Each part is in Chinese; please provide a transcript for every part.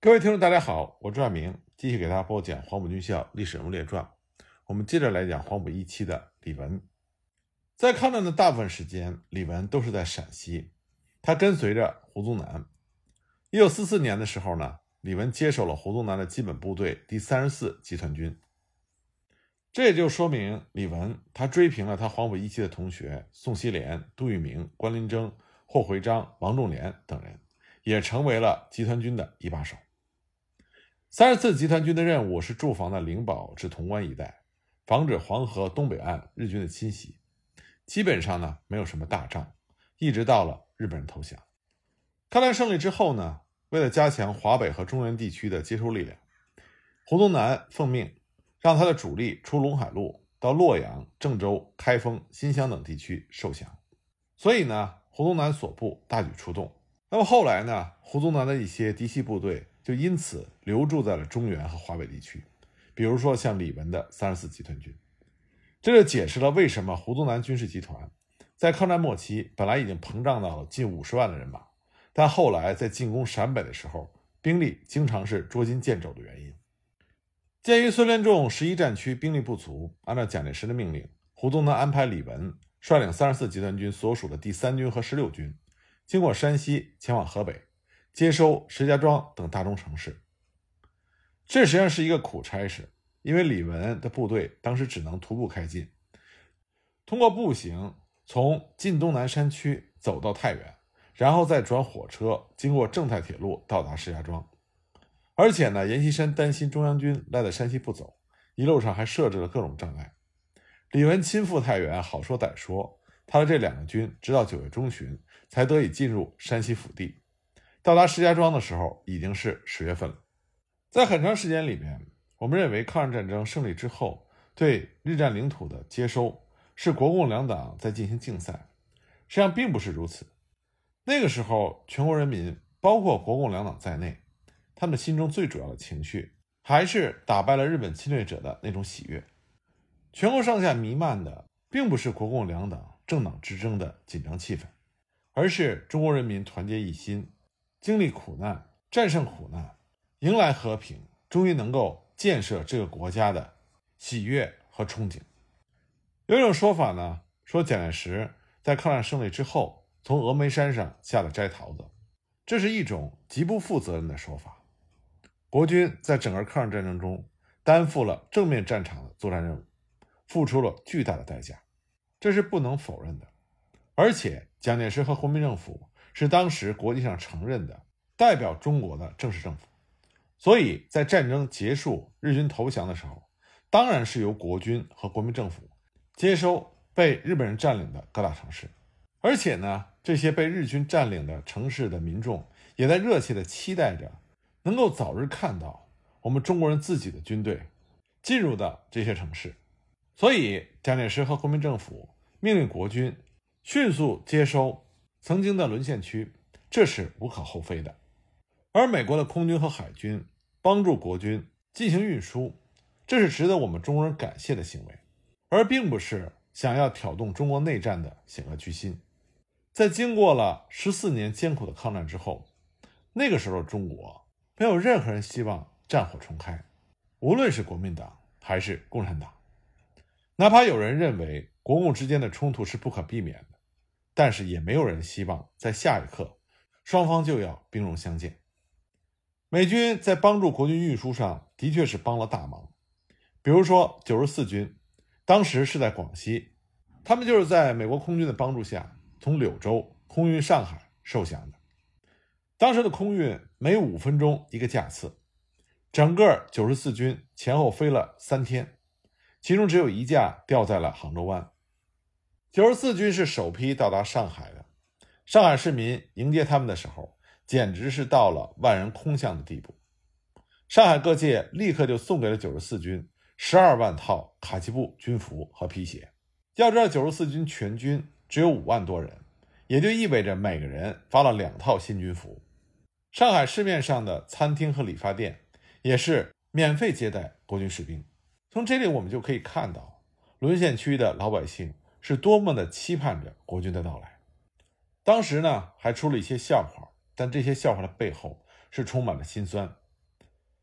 各位听众大家好，我朱爱明继续给大家播讲黄埔军校历史人物列传。我们接着来讲黄埔一期的李文。在抗战的大部分时间，李文都是在陕西，他跟随着胡宗南。1944年的时候呢，李文接手了胡宗南的基本部队第34集团军。这也就说明李文他追平了他黄埔一期的同学宋希濂、杜聿明、关麟征、霍回章、王仲廉等人，也成为了集团军的一把手。34集团军的任务是驻防的灵宝至潼关一带，防止黄河东北岸日军的侵袭。基本上呢没有什么大仗，一直到了日本人投降。抗战胜利之后呢，为了加强华北和中原地区的接收力量，胡宗南奉命让他的主力出陇海路，到洛阳、郑州、开封、新乡等地区受降。所以呢，胡宗南所部大举出动。那么后来呢，胡宗南的一些嫡系部队就因此留驻在了中原和华北地区，比如说像李文的34集团军。这就解释了为什么胡宗南军事集团在抗战末期本来已经膨胀到了近50万的人马，但后来在进攻陕北的时候，兵力经常是捉襟见肘的原因。鉴于孙连仲11战区兵力不足，按照蒋介石的命令，胡宗南安排李文率领34集团军所属的第3军和16军，经过山西前往河北，接收石家庄等大中城市。这实际上是一个苦差事，因为李文的部队当时只能徒步开进，通过步行从晋东南山区走到太原，然后再转火车经过正太铁路到达石家庄。而且呢，阎锡山担心中央军赖在山西不走，一路上还设置了各种障碍。李文亲赴太原，好说歹说，他的这2个军直到9月中旬才得以进入山西腹地。到达石家庄的时候已经是10月份了。在很长时间里面，我们认为抗日战争胜利之后对日占领土的接收是国共两党在进行竞赛，实际上并不是如此。那个时候全国人民包括国共两党在内，他们心中最主要的情绪还是打败了日本侵略者的那种喜悦。全国上下弥漫的并不是国共两党政党之争的紧张气氛，而是中国人民团结一心，经历苦难，战胜苦难，迎来和平，终于能够建设这个国家的喜悦和憧憬。有一种说法呢，说蒋介石在抗战胜利之后从峨眉山上下了摘桃子，这是一种极不负责任的说法。国军在整个抗日战争中担负了正面战场的作战任务，付出了巨大的代价，这是不能否认的。而且蒋介石和国民政府是当时国际上承认的代表中国的正式政府，所以在战争结束日军投降的时候，当然是由国军和国民政府接收被日本人占领的各大城市。而且呢，这些被日军占领的城市的民众也在热切地期待着能够早日看到我们中国人自己的军队进入到这些城市。所以蒋介石和国民政府命令国军迅速接收曾经的沦陷区，这是无可厚非的。而美国的空军和海军帮助国军进行运输，这是值得我们中国人感谢的行为，而并不是想要挑动中国内战的险恶居心。在经过了14年艰苦的抗战之后，那个时候的中国没有任何人希望战火重开，无论是国民党还是共产党。哪怕有人认为国共之间的冲突是不可避免的，但是也没有人希望在下一刻双方就要兵戎相见。美军在帮助国军运输上的确是帮了大忙，比如说94军当时是在广西，他们就是在美国空军的帮助下从柳州空运上海受降的。当时的空运每5分钟一个架次，整个94军前后飞了3天，其中只有1架掉在了杭州湾。94军是首批到达上海的，上海市民迎接他们的时候简直是到了万人空巷的地步。上海各界立刻就送给了94军12万套卡其布军服和皮鞋。要知道94军全军只有5万多人，也就意味着每个人发了2套新军服。上海市面上的餐厅和理发店也是免费接待国军士兵。从这里我们就可以看到沦陷区的老百姓是多么的期盼着国军的到来。当时呢还出了一些笑话，但这些笑话的背后是充满了心酸。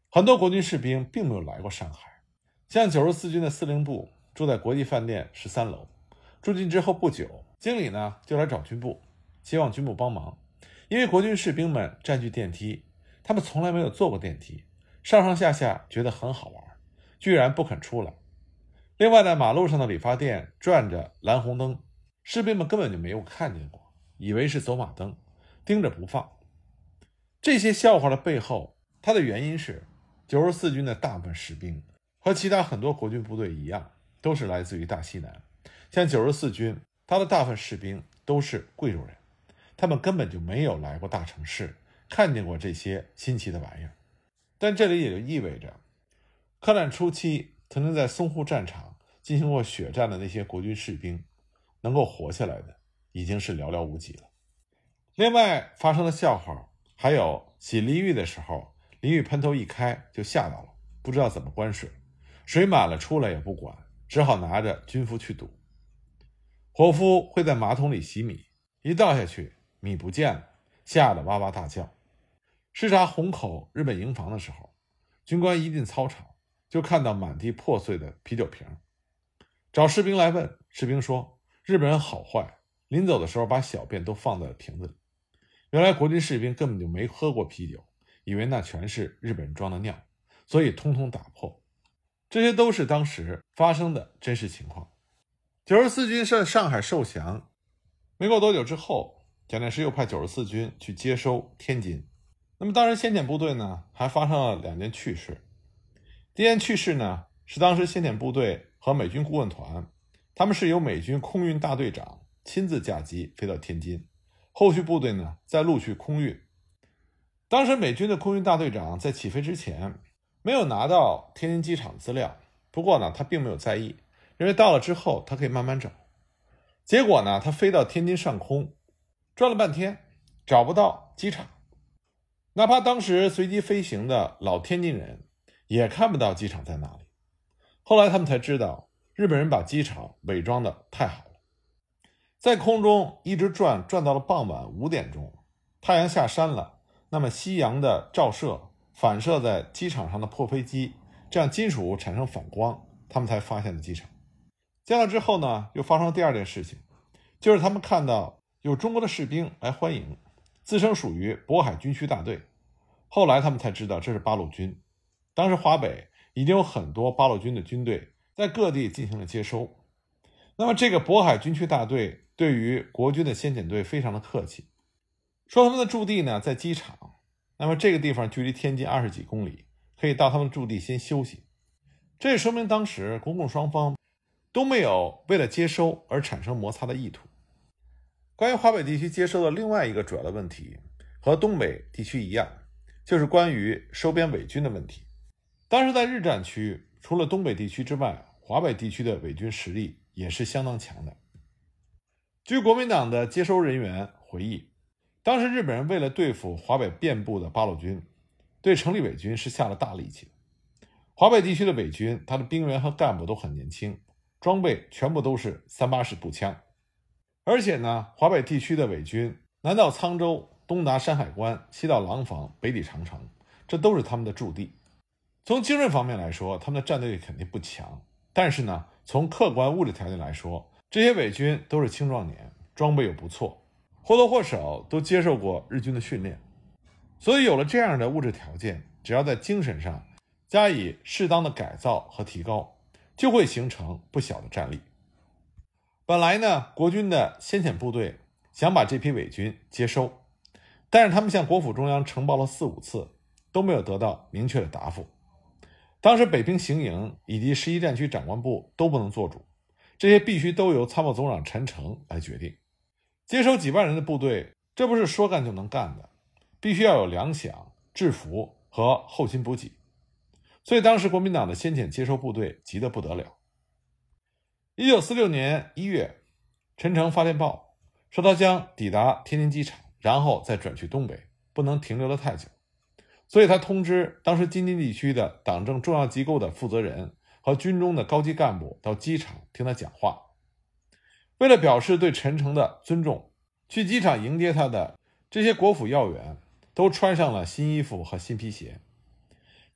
很多国军士兵并没有来过上海，像94军的司令部住在国际饭店13楼，住进之后不久，经理呢就来找军部，希望军部帮忙，因为国军士兵们占据电梯，他们从来没有坐过电梯，上上下下觉得很好玩，居然不肯出来。另外呢，马路上的理发店转着蓝红灯，士兵们根本就没有看见过，以为是走马灯，盯着不放。这些笑话的背后，它的原因是94军的大部分士兵和其他很多国军部队一样，都是来自于大西南。像94军，他的大部分士兵都是贵州人，他们根本就没有来过大城市，看见过这些新奇的玩意儿。但这里也就意味着，抗战初期曾经在淞沪战场进行过血战的那些国军士兵，能够活下来的已经是寥寥无几了。另外发生的笑话还有洗淋浴的时候，淋浴喷头一开就吓到了，不知道怎么关水，水满了出来也不管，只好拿着军服去堵。伙夫会在马桶里洗米，一倒下去米不见了，吓得哇哇大叫。视察虹口日本营房的时候，军官一进操场就看到满地破碎的啤酒瓶，找士兵来问，士兵说日本人好坏，临走的时候把小便都放在了瓶子里。原来国军士兵根本就没喝过啤酒，以为那全是日本人装的尿，所以通通打破。这些都是当时发生的真实情况。94军在上海受降，没过多久之后，蒋介石又派94军去接收天津。那么当时先遣部队呢，还发生了2件趣事。第一件趣事呢，是当时先遣部队和美军顾问团，他们是由美军空运大队长亲自驾机飞到天津，后续部队呢再陆续空运。当时美军的空运大队长在起飞之前没有拿到天津机场资料，不过呢他并没有在意，认为到了之后他可以慢慢找。结果呢他飞到天津上空转了半天找不到机场，哪怕当时随机飞行的老天津人也看不到机场在哪里。后来他们才知道，日本人把机场伪装的太好了。在空中一直转到了傍晚5点钟，太阳下山了，那么夕阳的照射反射在机场上的破飞机，这样金属产生反光，他们才发现了机场。降落之后呢，又发生了第2件事情，就是他们看到有中国的士兵来欢迎，自称属于渤海军区大队。后来他们才知道这是八路军。当时华北已经有很多八路军的军队在各地进行了接收。那么这个渤海军区大队对于国军的先遣队非常的客气，说他们的驻地呢在机场，那么这个地方距离天津20几公里，可以到他们的驻地先休息。这也说明当时国共双方都没有为了接收而产生摩擦的意图。关于华北地区接收的另外一个主要的问题，和东北地区一样，就是关于收编伪军的问题。当时在日战区，除了东北地区之外，华北地区的伪军实力也是相当强的。据国民党的接收人员回忆，当时日本人为了对付华北遍布的八路军，对成立伪军是下了大力气。华北地区的伪军，他的兵员和干部都很年轻，装备全部都是380步枪。而且呢，华北地区的伪军南到沧州，东达山海关，西到廊坊，北抵长城，这都是他们的驻地。从精神方面来说，他们的战斗力肯定不强，但是呢，从客观物质条件来说，这些伪军都是青壮年，装备又不错，或多或少都接受过日军的训练。所以有了这样的物质条件，只要在精神上加以适当的改造和提高，就会形成不小的战力。本来呢，国军的先遣部队想把这批伪军接收，但是他们向国府中央呈报了4、5次，都没有得到明确的答复。当时北平行营以及11战区长官部都不能做主，这些必须都由参谋总长陈诚来决定。接收几万人的部队，这不是说干就能干的，必须要有粮饷、制服和后勤补给。所以当时国民党的先遣接收部队急得不得了。1946年1月，陈诚发电报说他将抵达天津机场，然后再转去东北，不能停留得太久。所以他通知当时京津地区的党政重要机构的负责人和军中的高级干部到机场听他讲话。为了表示对陈诚的尊重，去机场迎接他的这些国府要员都穿上了新衣服和新皮鞋。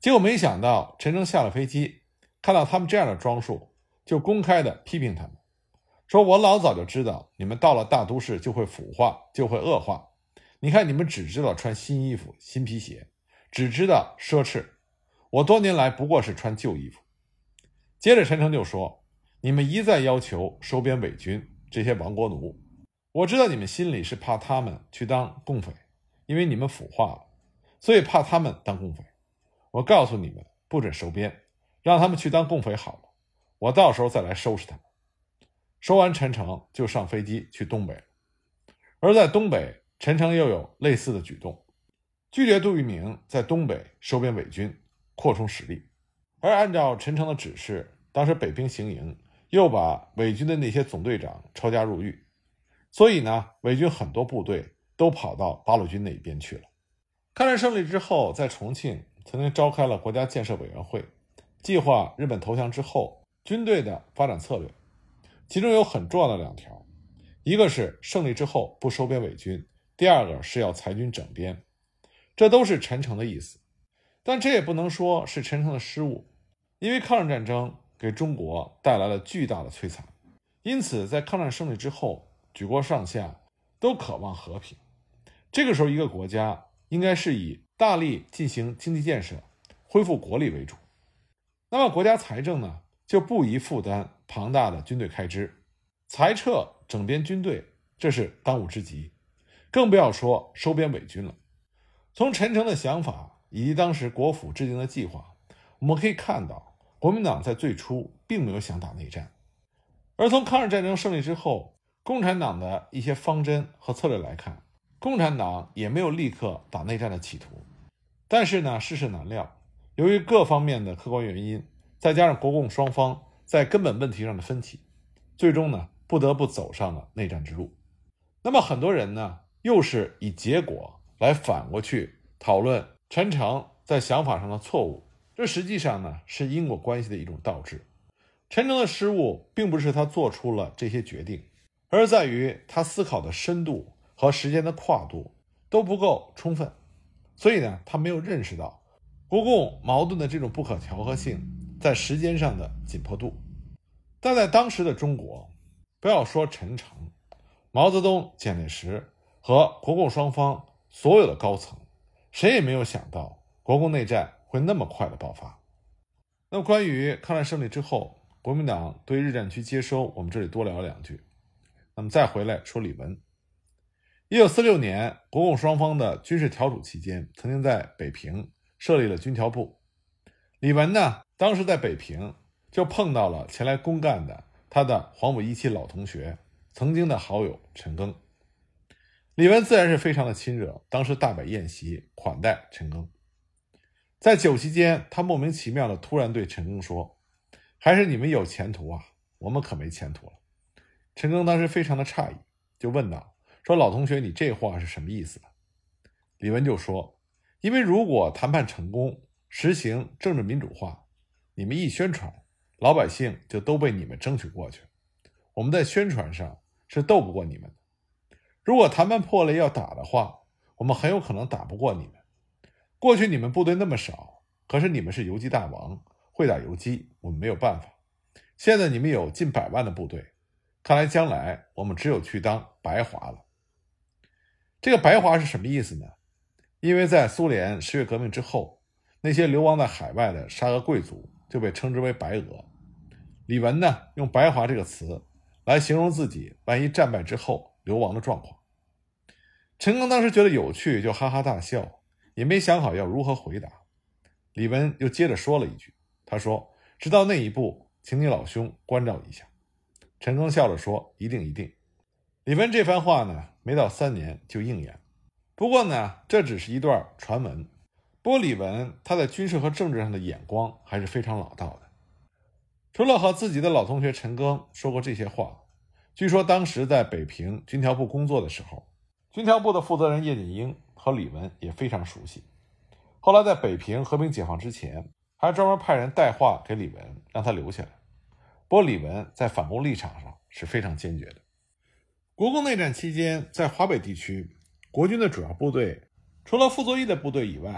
结果没想到陈诚下了飞机，看到他们这样的装束，就公开的批评他们，说我老早就知道你们到了大都市就会腐化，就会恶化。你看你们只知道穿新衣服、新皮鞋，只知道奢侈，我多年来不过是穿旧衣服。接着陈诚就说，你们一再要求收编伪军这些亡国奴，我知道你们心里是怕他们去当共匪，因为你们腐化了，所以怕他们当共匪。我告诉你们，不准收编，让他们去当共匪好了，我到时候再来收拾他们。说完，陈诚就上飞机去东北了。而在东北，陈诚又有类似的举动，拒绝杜聿明在东北收编伪军，扩充实力。而按照陈诚的指示，当时北平行营又把伪军的那些总队长抄家入狱，所以呢，伪军很多部队都跑到八路军那边去了。抗战胜利之后，在重庆曾经召开了国家建设委员会，计划日本投降之后军队的发展策略，其中有很重要的2条，一个是胜利之后不收编伪军，第二个是要裁军整编，这都是陈诚的意思。但这也不能说是陈诚的失误，因为抗日战争给中国带来了巨大的摧残，因此在抗战胜利之后，举国上下都渴望和平。这个时候一个国家应该是以大力进行经济建设，恢复国力为主。那么国家财政呢，就不宜负担庞大的军队开支，裁撤整编军队，这是当务之急，更不要说收编伪军了。从陈诚的想法以及当时国府制定的计划，我们可以看到国民党在最初并没有想打内战。而从抗日战争胜利之后，共产党的一些方针和策略来看，共产党也没有立刻打内战的企图。但是呢，世事难料，由于各方面的客观原因，再加上国共双方在根本问题上的分歧，最终呢，不得不走上了内战之路。那么很多人呢，又是以结果来反过去讨论陈诚在想法上的错误，这实际上呢，是因果关系的一种倒置。陈诚的失误并不是他做出了这些决定，而在于他思考的深度和时间的跨度都不够充分，所以呢，他没有认识到国共矛盾的这种不可调和性在时间上的紧迫度。但在当时的中国，不要说陈诚，毛泽东、蒋介石和国共双方所有的高层，谁也没有想到国共内战会那么快的爆发。那么关于抗战胜利之后国民党对日战区接收，我们这里多聊2句。那么再回来说李文。1946年国共双方的军事调处期间，曾经在北平设立了军调部。李文呢，当时在北平就碰到了前来公干的他的黄埔一期老同学，曾经的好友陈赓。李文自然是非常的亲热，当时大摆宴席款待陈赓。在酒席间，他莫名其妙的突然对陈赓说，还是你们有前途啊，我们可没前途了。陈赓当时非常的诧异，就问道，说老同学，你这话是什么意思呢？李文就说，因为如果谈判成功，实行政治民主化，你们一宣传，老百姓就都被你们争取过去，我们在宣传上是斗不过你们的。如果谈判破裂要打的话，我们很有可能打不过你们。过去你们部队那么少，可是你们是游击大王，会打游击，我们没有办法。现在你们有近100万的部队，看来将来我们只有去当白华了。这个白华是什么意思呢？因为在苏联10月革命之后，那些流亡在海外的沙俄贵族就被称之为白俄。李文呢，用白华这个词来形容自己万一战败之后流亡的状况。陈赓当时觉得有趣，就哈哈大笑，也没想好要如何回答。李文又接着说了一句，他说，直到那一步，请你老兄关照一下。陈赓笑着说，一定一定。李文这番话呢，没到3年就应验。不过呢，这只是一段传闻。不过李文他在军事和政治上的眼光还是非常老道的。除了和自己的老同学陈赓说过这些话，据说当时在北平军调部工作的时候，军调部的负责人叶剑英和李文也非常熟悉。后来在北平和平解放之前，还专门派人带话给李文，让他留下来。不过李文在反共立场上是非常坚决的。国共内战期间，在华北地区，国军的主要部队除了傅作义的部队以外，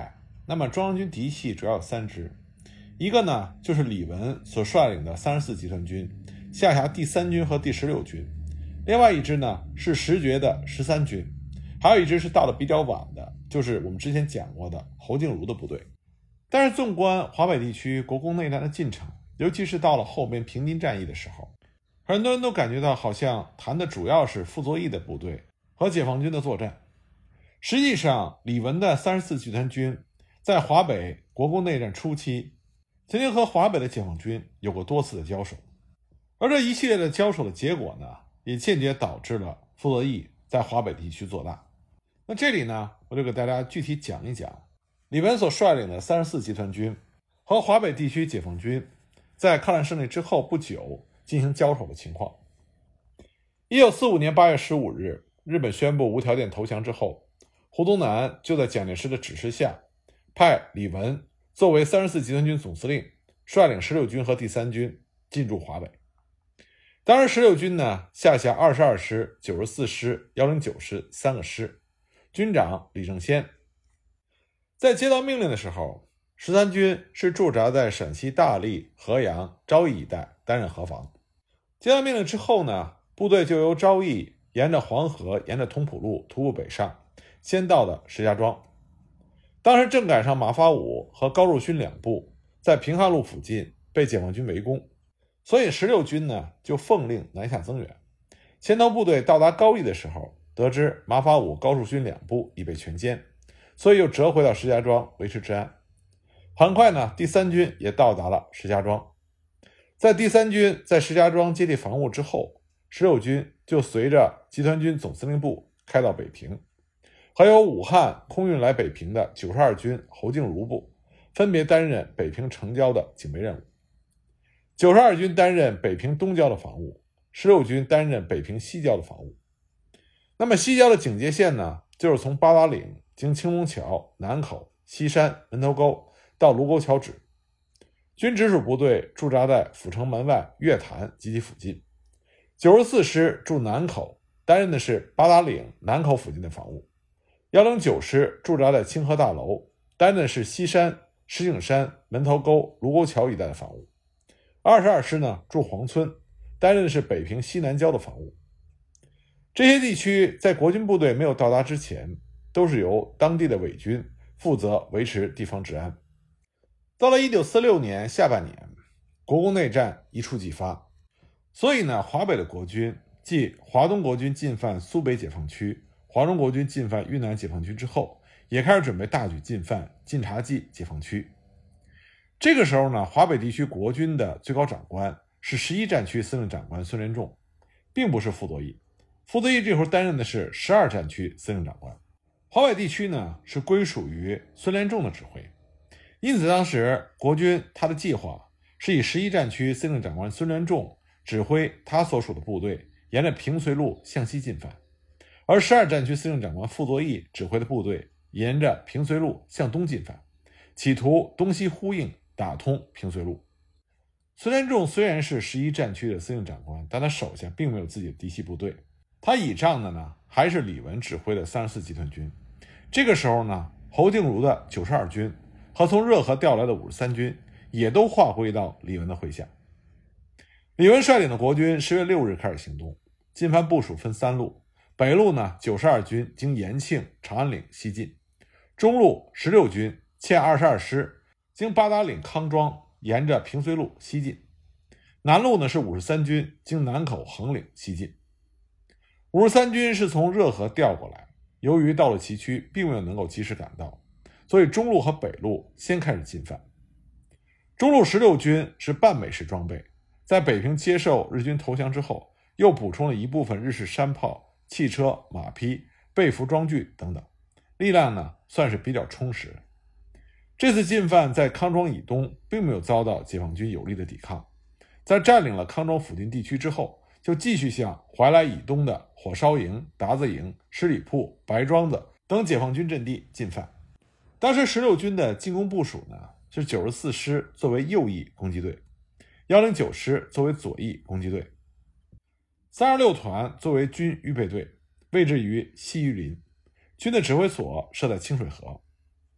那么中央军嫡系主要有3支，一个呢就是李文所率领的34集团军，下辖第3军和第16军，另外一支呢是石觉的13军，还有一支是到的比较晚的，就是我们之前讲过的侯静茹的部队。但是纵观华北地区国共内战的进程，尤其是到了后边平津战役的时候，很多人都感觉到好像谈的主要是傅作义的部队和解放军的作战。实际上李文的34集团军在华北国共内战初期曾经和华北的解放军有过多次的交手，而这一系列的交手的结果呢，也间接导致了傅作义在华北地区做大。那这里呢，我就给大家具体讲一讲李文所率领的34集团军和华北地区解放军在抗战胜利之后不久进行交手的情况。1945年8月15日，日本宣布无条件投降之后，胡宗南就在蒋介石的指示下，派李文作为34集团军总司令，率领16军和第3军进驻华北。当然16军呢，下辖22师、94师、109师3个师，军长李正先。在接到命令的时候，13军是驻扎在陕西大荔、河阳、昭义一带担任河防。接到命令之后呢，部队就由昭义沿着黄河，沿着通浦路徒步北上，先到的石家庄。当时正赶上马发五和高树勋两部在平汉路附近被解放军围攻，所以16军呢就奉令南下增援。先头部队到达高义的时候，得知马发五、高树勋两部已被全歼，所以又折回到石家庄维持治安。很快呢，第3军也到达了石家庄。在第3军在石家庄接替防务之后，16军就随着集团军总司令部开到北平，还有武汉空运来北平的92军侯静茹部分别担任北平城郊的警备任务。92军担任北平东郊的防务，16军担任北平西郊的防务。那么西郊的警戒线呢，就是从八达岭经青龙桥、南口、西山、门头沟到卢沟桥止。军直属部队驻扎在阜成门外月坛及其附近。94师驻南口，担任的是八达岭、南口附近的防务。109师驻扎在清河大楼，担任的是西山、石景山、门头沟、卢沟桥一带的防务。22师呢驻黄村，担任的是北平西南郊的防务。这些地区在国军部队没有到达之前，都是由当地的伪军负责维持地方治安。到了1946年下半年，国共内战一触即发，所以呢，华北的国军，继华东国军进犯苏北解放区、华中国军进犯豫南解放区之后，也开始准备大举进犯晋察冀解放区。这个时候呢，华北地区国军的最高长官是11战区司令长官孙连仲，并不是傅作义。傅作义这会儿担任的是12战区司令长官。华北地区呢是归属于孙连仲的指挥，因此当时国军他的计划是以11战区司令长官孙连仲指挥他所属的部队沿着平绥路向西进犯，而12战区司令长官傅作义指挥的部队沿着平绥路向东进犯，企图东西呼应，打通平绥路。孙连仲虽然是11战区的司令长官，但他手下并没有自己的嫡系部队，他倚仗的呢还是李文指挥的34集团军。这个时候呢，侯静茹的92军和从热河调来的53军也都划归到李文的麾下。李文率领的国军10月6日开始行动，进犯部署分3路，北路呢92军经延庆、长安岭西进，中路16军欠22师经八达岭、康庄沿着平绥路西进，南路呢是53军经南口、横岭西进。53军是从热河调过来，由于到了崎岖并没有能够及时赶到，所以中路和北路先开始进犯。中路16军是半美式装备，在北平接受日军投降之后，又补充了一部分日式山炮、汽车、马匹、被服装具等等，力量呢算是比较充实的。这次进犯在康庄以东并没有遭到解放军有力的抵抗，在占领了康庄附近地区之后，就继续向怀来以东的火烧营、达子营、十里铺、白庄子等解放军阵地进犯。当时16军的进攻部署呢是94师作为右翼攻击队，109师作为左翼攻击队，326团作为军预备队，位置于西榆林，军的指挥所设在清水河。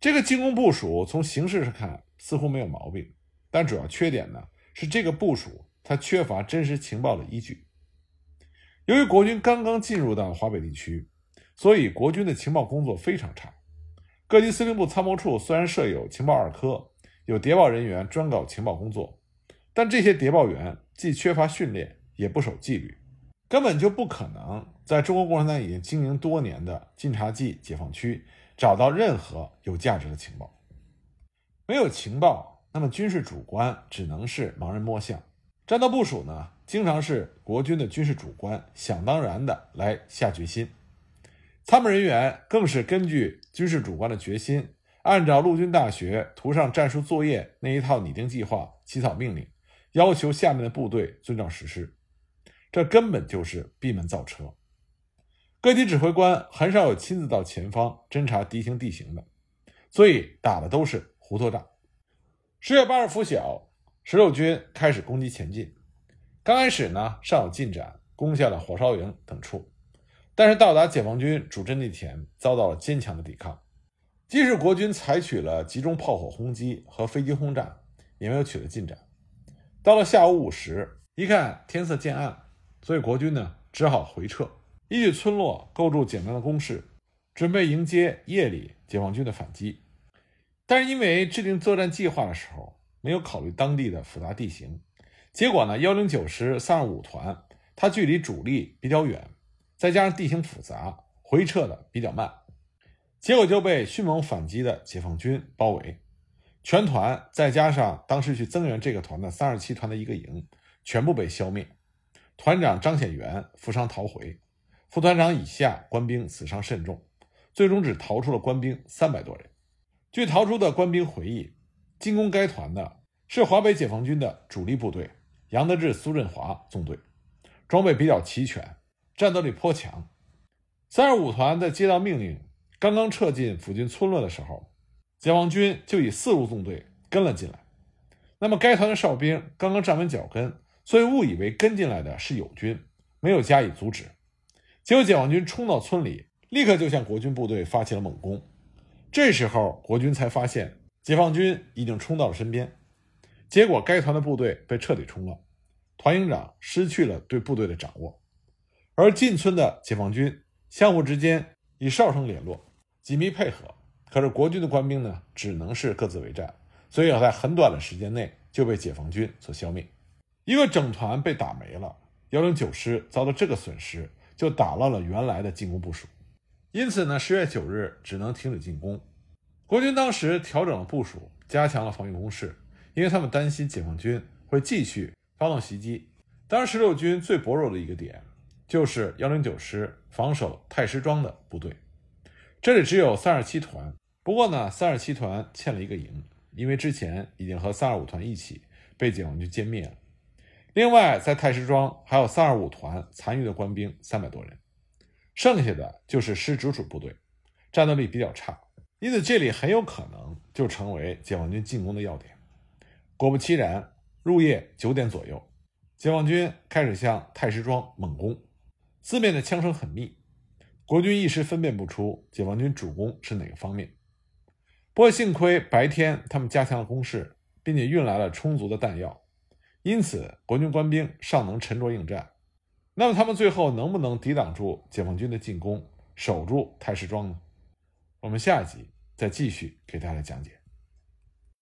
这个进攻部署从形式上看似乎没有毛病，但主要缺点呢是这个部署它缺乏真实情报的依据。由于国军刚刚进入到华北地区，所以国军的情报工作非常差。各级司令部参谋处虽然设有情报二科，有谍报人员专搞情报工作，但这些谍报员既缺乏训练，也不守纪律，根本就不可能在中国共产党已经经营多年的晋察冀解放区找到任何有价值的情报。没有情报，那么军事主官只能是盲人摸象。战斗部署呢，经常是国军的军事主官想当然的来下决心，参谋人员更是根据军事主官的决心，按照陆军大学图上战术作业那一套拟定计划，起草命令，要求下面的部队遵照实施。这根本就是闭门造车。各级指挥官很少有亲自到前方侦察敌情地形的，所以打的都是糊涂仗。10月8日拂晓，16军开始攻击前进。刚开始呢，尚有进展，攻下了火烧营等处，但是到达解放军主阵地前，遭到了坚强的抵抗。即使国军采取了集中炮火轰击和飞机轰炸，也没有取得进展。到了下午5时，一看天色渐暗，所以国军呢只好回撤，依据村落构筑简单的工事，准备迎接夜里解放军的反击。但是因为制定作战计划的时候没有考虑当地的复杂地形，结果呢109师325团它距离主力比较远，再加上地形复杂，回撤的比较慢，结果就被迅猛反击的解放军包围。全团再加上当时去增援这个团的327团的一个营，全部被消灭。团长张显元负伤逃回，副团长以下官兵死伤甚重，最终只逃出了官兵300多人。据逃出的官兵回忆，进攻该团的是华北解放军的主力部队杨得志、苏振华纵队，装备比较齐全，战斗力颇强。325团在接到命令刚刚撤进附近村落的时候，解放军就以4路纵队跟了进来。那么该团的哨兵刚刚站稳脚跟，所以误以为跟进来的是友军，没有加以阻止。结果解放军冲到村里，立刻就向国军部队发起了猛攻。这时候国军才发现解放军已经冲到了身边，结果该团的部队被彻底冲了，团营长失去了对部队的掌握。而进村的解放军相互之间以哨声联络，紧密配合，可是国军的官兵呢只能是各自为战，所以在很短的时间内就被解放军所消灭。一个整团被打没了，109师遭到这个损失，就打乱了原来的进攻部署。因此呢，10月9日只能停止进攻。国军当时调整了部署，加强了防御工事，因为他们担心解放军会继续发动袭击。当然16军最薄弱的一个点就是109师防守太师庄的部队，这里只有327团，不过呢327团欠了一个营，因为之前已经和325团一起被解放军歼灭了。另外在太师庄还有325团残余的官兵300多人，剩下的就是师直属部队，战斗力比较差，因此这里很有可能就成为解放军进攻的要点。果不其然，入夜9点左右，解放军开始向太师庄猛攻，四面的枪声很密，国军一时分辨不出解放军主攻是哪个方面。不过幸亏白天他们加强了攻势，并且运来了充足的弹药，因此国军官兵尚能沉着应战。那么他们最后能不能抵挡住解放军的进攻，守住太师庄呢？我们下一集再继续给大家讲解。